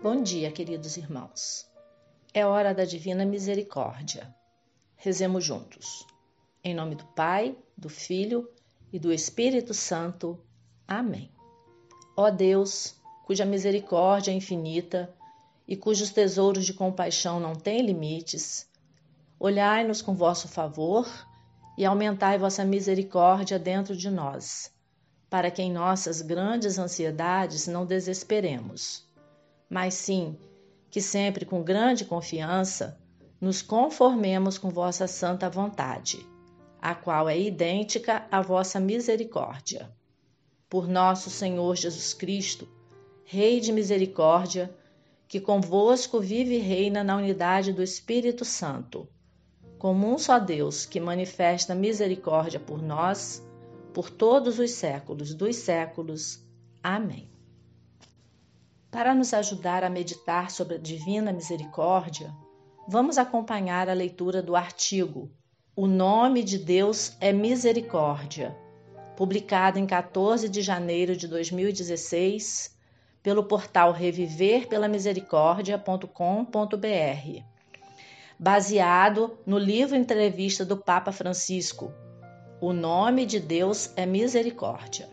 Bom dia, queridos irmãos. É hora da Divina Misericórdia. Rezemos juntos. Em nome do Pai, do Filho e do Espírito Santo. Amém. Ó Deus, cuja misericórdia é infinita e cujos tesouros de compaixão não têm limites, olhai-nos com vosso favor e aumentai vossa misericórdia dentro de nós, para que em nossas grandes ansiedades não desesperemos, mas sim que sempre com grande confiança nos conformemos com vossa santa vontade, a qual é idêntica à vossa misericórdia. Por nosso Senhor Jesus Cristo, Rei de misericórdia, que convosco vive e reina na unidade do Espírito Santo, como um só Deus que manifesta misericórdia por nós, por todos os séculos dos séculos. Amém. Para nos ajudar a meditar sobre a Divina Misericórdia, vamos acompanhar a leitura do artigo O Nome de Deus é Misericórdia, publicado em 14 de janeiro de 2016, pelo portal reviverpelamisericórdia.com.br, baseado no livro Entrevista do Papa Francisco, O Nome de Deus é Misericórdia.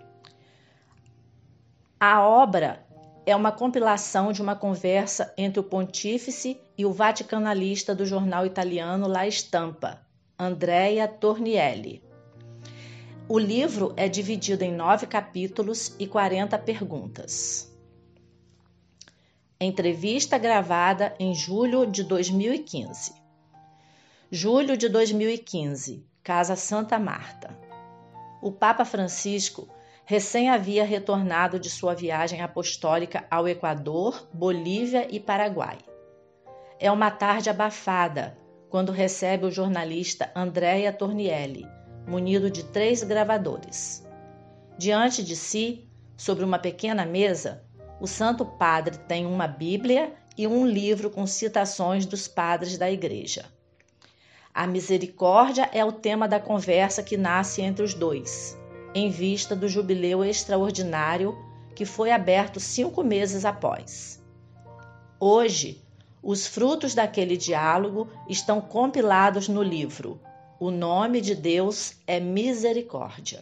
A obra é uma compilação de uma conversa entre o pontífice e o vaticanalista do jornal italiano La Stampa, Andrea Tornielli. O livro é dividido em 9 capítulos e 40 perguntas. Entrevista gravada em julho de 2015. Julho de 2015, Casa Santa Marta. O Papa Francisco recém havia retornado de sua viagem apostólica ao Equador, Bolívia e Paraguai. É uma tarde abafada quando recebe o jornalista Andrea Tornielli, munido de 3 gravadores. Diante de si, sobre uma pequena mesa, o Santo Padre tem uma Bíblia e um livro com citações dos padres da Igreja. A misericórdia é o tema da conversa que nasce entre os dois, em vista do jubileu extraordinário que foi aberto 5 meses após. Hoje, os frutos daquele diálogo estão compilados no livro O Nome de Deus é Misericórdia.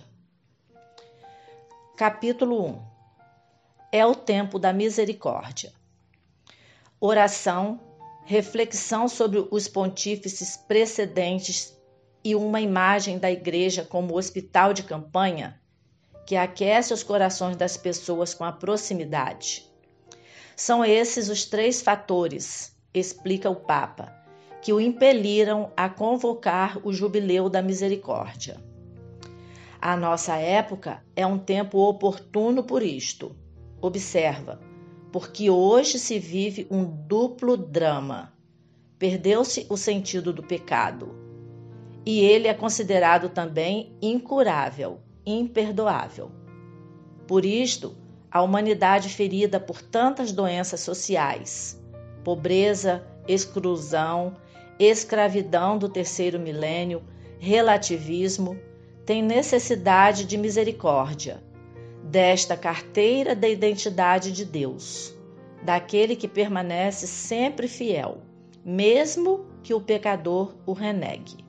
Capítulo 1. É o tempo da misericórdia. Oração, reflexão sobre os pontífices precedentes e uma imagem da Igreja como hospital de campanha que aquece os corações das pessoas com a proximidade. São esses os 3 fatores, explica o Papa, que o impeliram a convocar o Jubileu da Misericórdia. A nossa época é um tempo oportuno por isto. Observa, porque hoje se vive um duplo drama. Perdeu-se o sentido do pecado. E ele é considerado também incurável, imperdoável. Por isto, a humanidade ferida por tantas doenças sociais, pobreza, exclusão, escravidão do 3º milênio, relativismo, tem necessidade de misericórdia, desta carteira da identidade de Deus, daquele que permanece sempre fiel, mesmo que o pecador o renegue.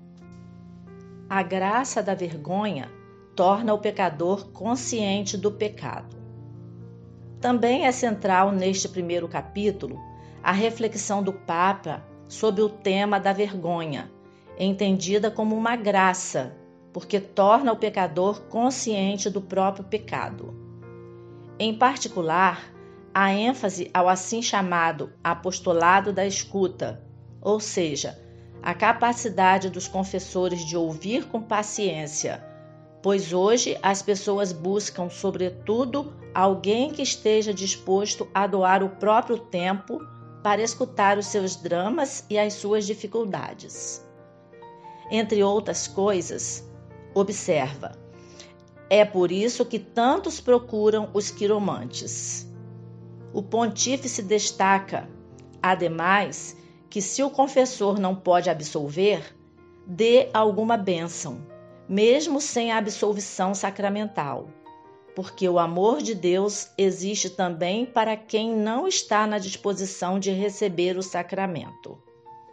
A graça da vergonha torna o pecador consciente do pecado. Também é central neste primeiro capítulo a reflexão do Papa sobre o tema da vergonha, entendida como uma graça, porque torna o pecador consciente do próprio pecado. Em particular, a ênfase ao assim chamado apostolado da escuta, ou seja, a capacidade dos confessores de ouvir com paciência, pois hoje as pessoas buscam, sobretudo, alguém que esteja disposto a doar o próprio tempo para escutar os seus dramas e as suas dificuldades. Entre outras coisas, observa, é por isso que tantos procuram os quiromantes. O pontífice destaca, ademais, que se o confessor não pode absolver, dê alguma bênção, mesmo sem a absolvição sacramental, porque o amor de Deus existe também para quem não está na disposição de receber o sacramento.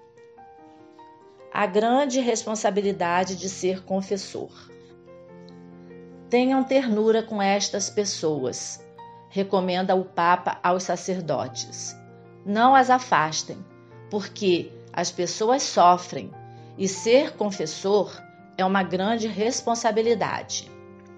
A grande responsabilidade de ser confessor. Tenham ternura com estas pessoas, recomenda o Papa aos sacerdotes. Não as afastem, porque as pessoas sofrem e ser confessor é uma grande responsabilidade.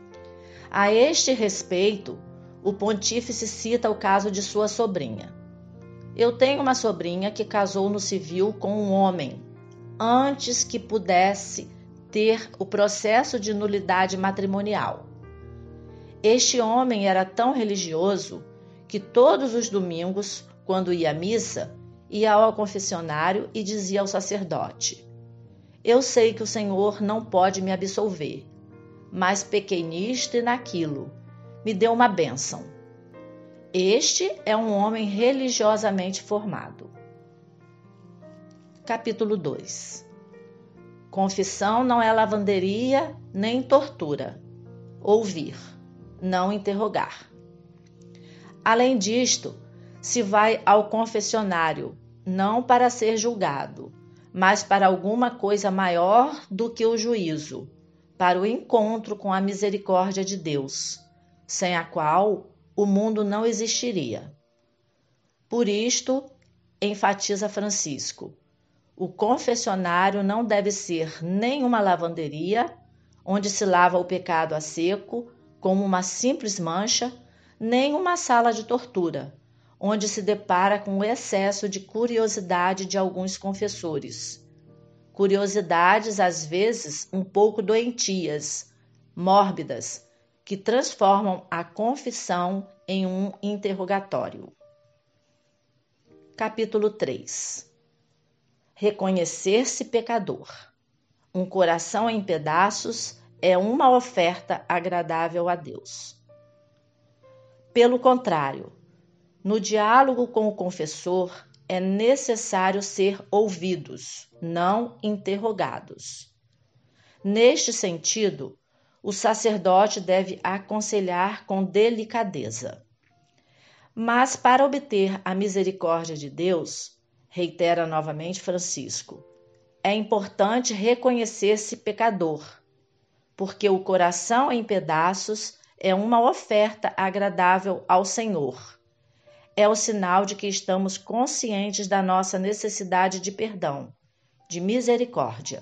A este respeito, o pontífice cita o caso de sua sobrinha. Eu tenho uma sobrinha que casou no civil com um homem, antes que pudesse ter o processo de nulidade matrimonial. Este homem era tão religioso que todos os domingos, quando ia à missa, ia ao confessionário e dizia ao sacerdote: eu sei que o Senhor não pode me absolver, mas pequei nisto e naquilo, me deu uma bênção. Este é um homem religiosamente formado. Capítulo 2. Confissão não é lavanderia nem tortura. Ouvir, não interrogar. Além disto, se vai ao confessionário, não para ser julgado, mas para alguma coisa maior do que o juízo, para o encontro com a misericórdia de Deus, sem a qual o mundo não existiria. Por isto, enfatiza Francisco, o confessionário não deve ser nem uma lavanderia, onde se lava o pecado a seco, como uma simples mancha, nem uma sala de tortura, onde se depara com o excesso de curiosidade de alguns confessores. Curiosidades, às vezes, um pouco doentias, mórbidas, que transformam a confissão em um interrogatório. Capítulo 3. Reconhecer-se pecador. Um coração em pedaços é uma oferta agradável a Deus. Pelo contrário, no diálogo com o confessor é necessário ser ouvidos, não interrogados. Neste sentido, o sacerdote deve aconselhar com delicadeza. Mas para obter a misericórdia de Deus, reitera novamente Francisco, é importante reconhecer-se pecador, porque o coração em pedaços é uma oferta agradável ao Senhor. É o sinal de que estamos conscientes da nossa necessidade de perdão, de misericórdia.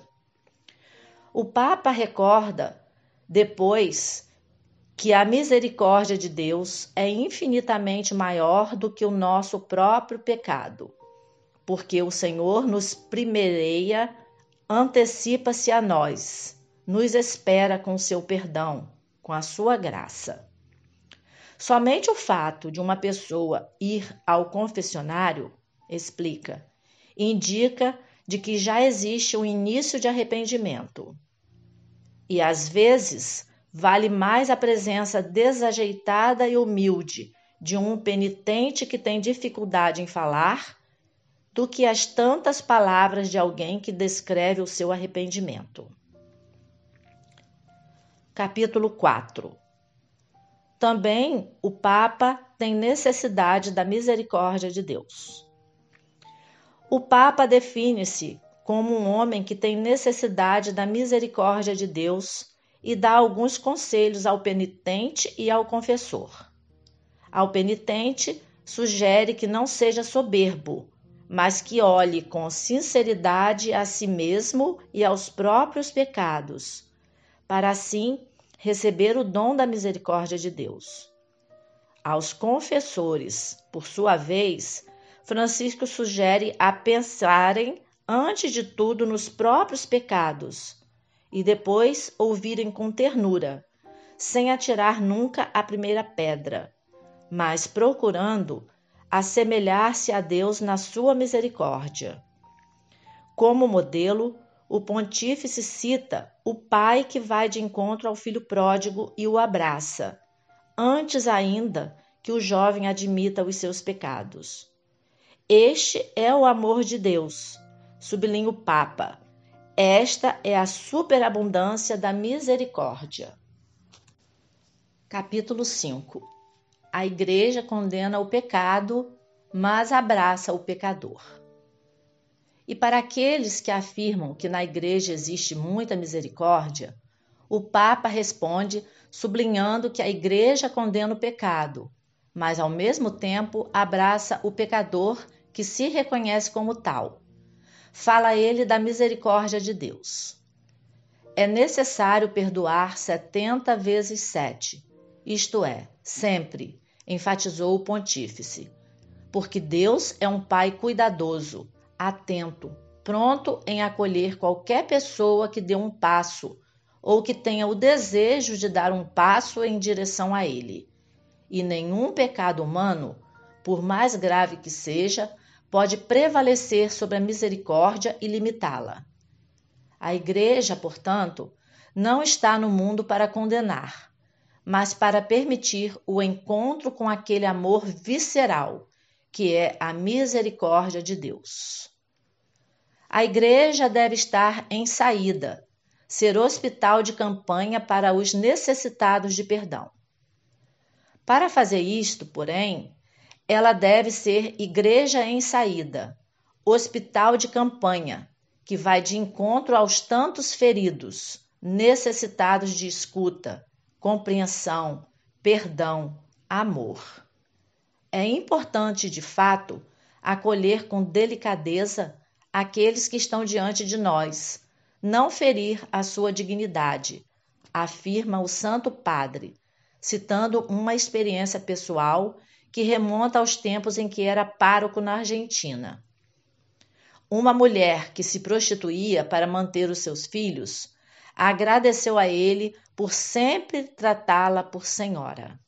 O Papa recorda, depois, que a misericórdia de Deus é infinitamente maior do que o nosso próprio pecado, porque o Senhor nos primeireia, antecipa-se a nós, nos espera com seu perdão, com a sua graça. Somente o fato de uma pessoa ir ao confessionário, explica, indica de que já existe um início de arrependimento. E às vezes vale mais a presença desajeitada e humilde de um penitente que tem dificuldade em falar do que as tantas palavras de alguém que descreve o seu arrependimento. Capítulo 4. Também o Papa tem necessidade da misericórdia de Deus. O Papa define-se como um homem que tem necessidade da misericórdia de Deus e dá alguns conselhos ao penitente e ao confessor. Ao penitente, sugere que não seja soberbo, mas que olhe com sinceridade a si mesmo e aos próprios pecados, para assim receber o dom da misericórdia de Deus. Aos confessores, por sua vez, Francisco sugere a pensarem, antes de tudo, nos próprios pecados e depois ouvirem com ternura, sem atirar nunca a primeira pedra, mas procurando assemelhar-se a Deus na sua misericórdia. Como modelo, o pontífice cita o pai que vai de encontro ao filho pródigo e o abraça, antes ainda que o jovem admita os seus pecados. Este é o amor de Deus, sublinha o Papa. Esta é a superabundância da misericórdia. Capítulo 5. A Igreja condena o pecado, mas abraça o pecador. E para aqueles que afirmam que na Igreja existe muita misericórdia, o Papa responde sublinhando que a Igreja condena o pecado, mas ao mesmo tempo abraça o pecador que se reconhece como tal. Fala ele da misericórdia de Deus. É necessário perdoar 70 vezes 7, isto é, sempre, enfatizou o pontífice, porque Deus é um Pai cuidadoso, atento, pronto em acolher qualquer pessoa que dê um passo ou que tenha o desejo de dar um passo em direção a Ele. E nenhum pecado humano, por mais grave que seja, pode prevalecer sobre a misericórdia e limitá-la. A Igreja, portanto, não está no mundo para condenar, mas para permitir o encontro com aquele amor visceral, que é a misericórdia de Deus. A Igreja deve estar em saída, ser hospital de campanha para os necessitados de perdão. Para fazer isto, porém, ela deve ser igreja em saída, hospital de campanha, que vai de encontro aos tantos feridos, necessitados de escuta, compreensão, perdão, amor. É importante, de fato, acolher com delicadeza aqueles que estão diante de nós, não ferir a sua dignidade, afirma o Santo Padre, citando uma experiência pessoal que remonta aos tempos em que era pároco na Argentina. Uma mulher que se prostituía para manter os seus filhos agradeceu a ele por sempre tratá-la por senhora.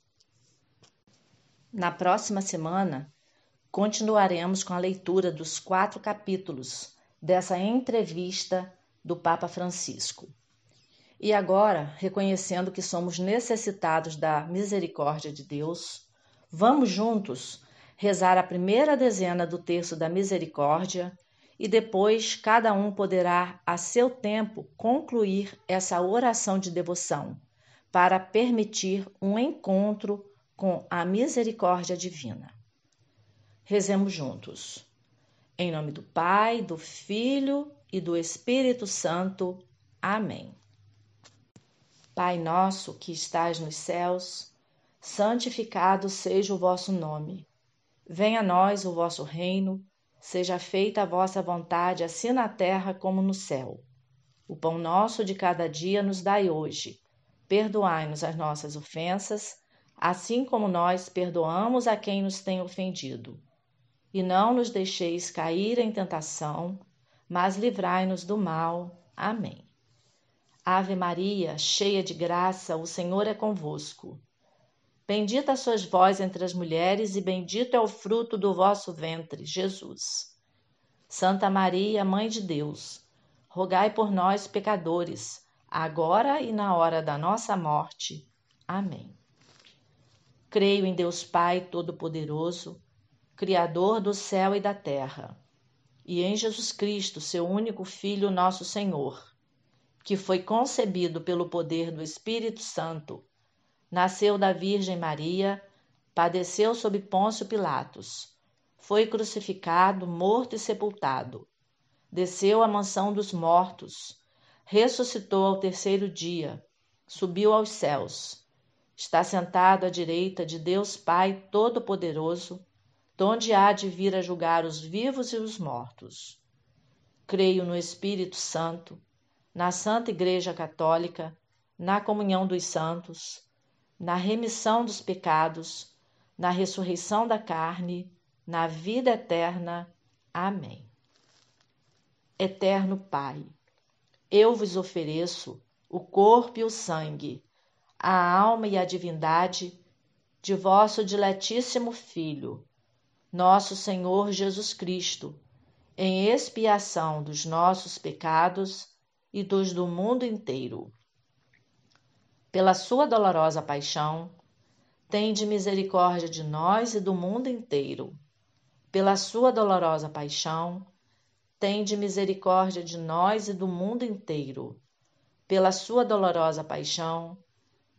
Na próxima semana, continuaremos com a leitura dos 4 capítulos dessa entrevista do Papa Francisco. E agora, reconhecendo que somos necessitados da misericórdia de Deus, vamos juntos rezar a primeira dezena do terço da misericórdia e depois cada um poderá, a seu tempo, concluir essa oração de devoção para permitir um encontro com a misericórdia divina. Rezemos juntos. Em nome do Pai, do Filho e do Espírito Santo. Amém. Pai nosso que estais nos céus, santificado seja o vosso nome. Venha a nós o vosso reino, seja feita a vossa vontade, assim na terra como no céu. O pão nosso de cada dia nos dai hoje. Perdoai-nos as nossas ofensas, assim como nós perdoamos a quem nos tem ofendido. E não nos deixeis cair em tentação, mas livrai-nos do mal. Amém. Ave Maria, cheia de graça, o Senhor é convosco. Bendita sois vós entre as mulheres, e bendito é o fruto do vosso ventre, Jesus. Santa Maria, Mãe de Deus, rogai por nós, pecadores, agora e na hora da nossa morte. Amém. Creio em Deus Pai Todo-Poderoso, Criador do céu e da terra, e em Jesus Cristo, seu único Filho, nosso Senhor, que foi concebido pelo poder do Espírito Santo, nasceu da Virgem Maria, padeceu sob Pôncio Pilatos, foi crucificado, morto e sepultado, desceu à mansão dos mortos, ressuscitou ao terceiro dia, subiu aos céus, está sentado à direita de Deus Pai Todo-Poderoso, donde há de vir a julgar os vivos e os mortos. Creio no Espírito Santo, na Santa Igreja Católica, na comunhão dos santos, na remissão dos pecados, na ressurreição da carne, na vida eterna. Amém. Eterno Pai, eu vos ofereço o corpo e o sangue, a alma e a divindade de vosso diletíssimo Filho, nosso Senhor Jesus Cristo, em expiação dos nossos pecados e dos do mundo inteiro. Pela sua dolorosa paixão, tende misericórdia de nós e do mundo inteiro. Pela sua dolorosa paixão, tende misericórdia de nós e do mundo inteiro. Pela sua dolorosa paixão,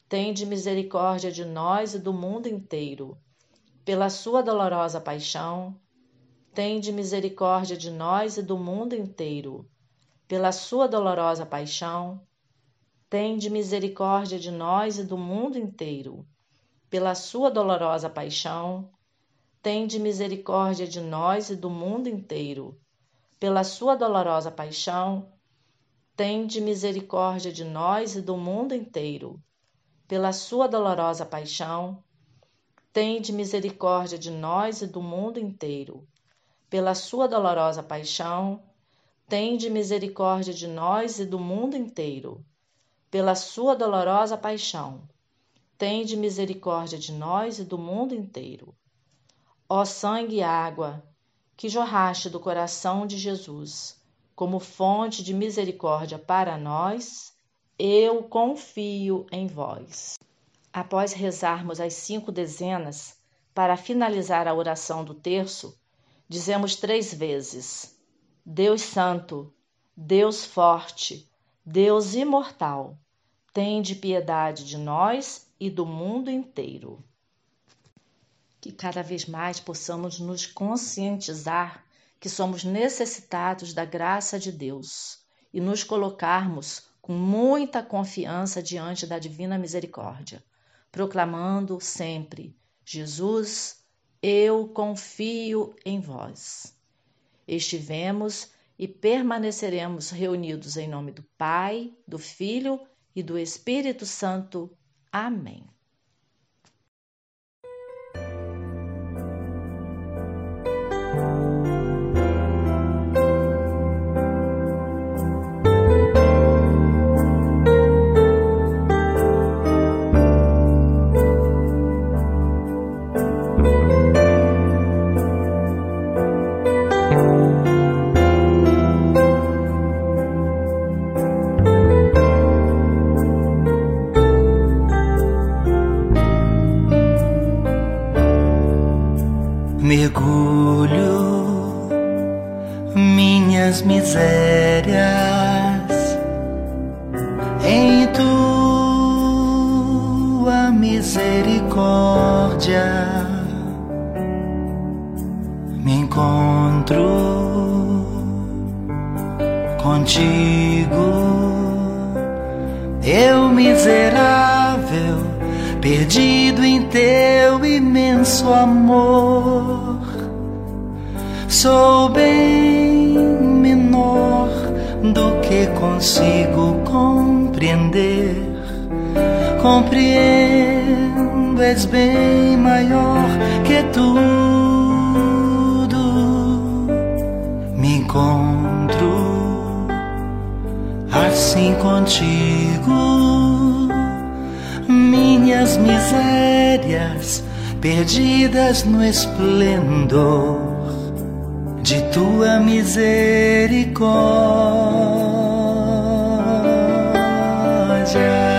tende misericórdia de nós e do mundo inteiro. Pela sua dolorosa paixão, tende misericórdia de nós e do mundo inteiro. Pela sua dolorosa paixão, tende misericórdia de nós e do mundo inteiro. Pela sua dolorosa paixão, tende misericórdia de nós e do mundo inteiro. Pela sua dolorosa paixão, tende misericórdia de nós e do mundo inteiro. Pela sua dolorosa paixão, tende misericórdia de nós e do mundo inteiro. Pela sua dolorosa paixão, tende misericórdia de nós e do mundo inteiro. Pela sua dolorosa paixão, tende misericórdia de nós e do mundo inteiro. Ó sangue e água, que jorraste do coração de Jesus, como fonte de misericórdia para nós, eu confio em vós. Após rezarmos as 5 dezenas, para finalizar a oração do terço, dizemos 3 vezes: Deus Santo, Deus Forte, Deus Imortal, tende piedade de nós e do mundo inteiro. Que cada vez mais possamos nos conscientizar que somos necessitados da graça de Deus e nos colocarmos com muita confiança diante da divina misericórdia, proclamando sempre: Jesus, eu confio em vós. Estivemos e permaneceremos reunidos em nome do Pai, do Filho e do Espírito Santo. Amém. Mergulho minhas misérias em tua misericórdia. Me encontro contigo, eu miserável, perdido em teu imenso amor. Sou bem menor do que consigo compreender. Compreendo, és bem maior que tudo. Me encontro assim contigo, minhas misérias perdidas no esplendor de tua misericórdia.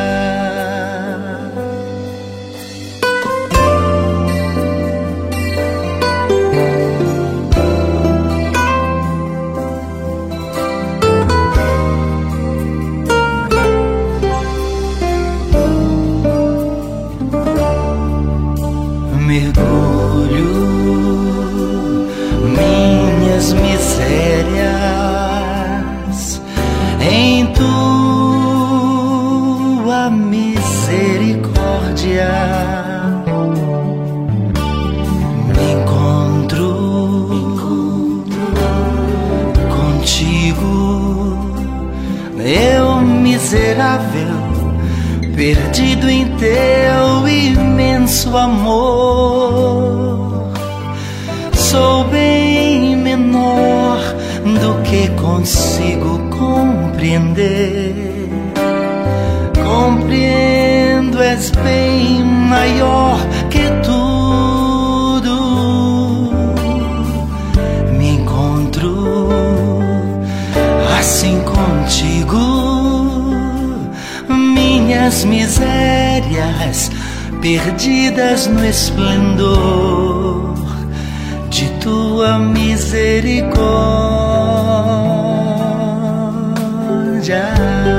Mergulho minhas misérias em tua misericórdia. Me encontro contigo, eu miserável, perdido em teu imenso amor. Sou bem menor do que consigo compreender. Compreendo, és bem maior que tudo. Me encontro assim contigo, minhas misérias perdidas no esplendor de tua misericórdia.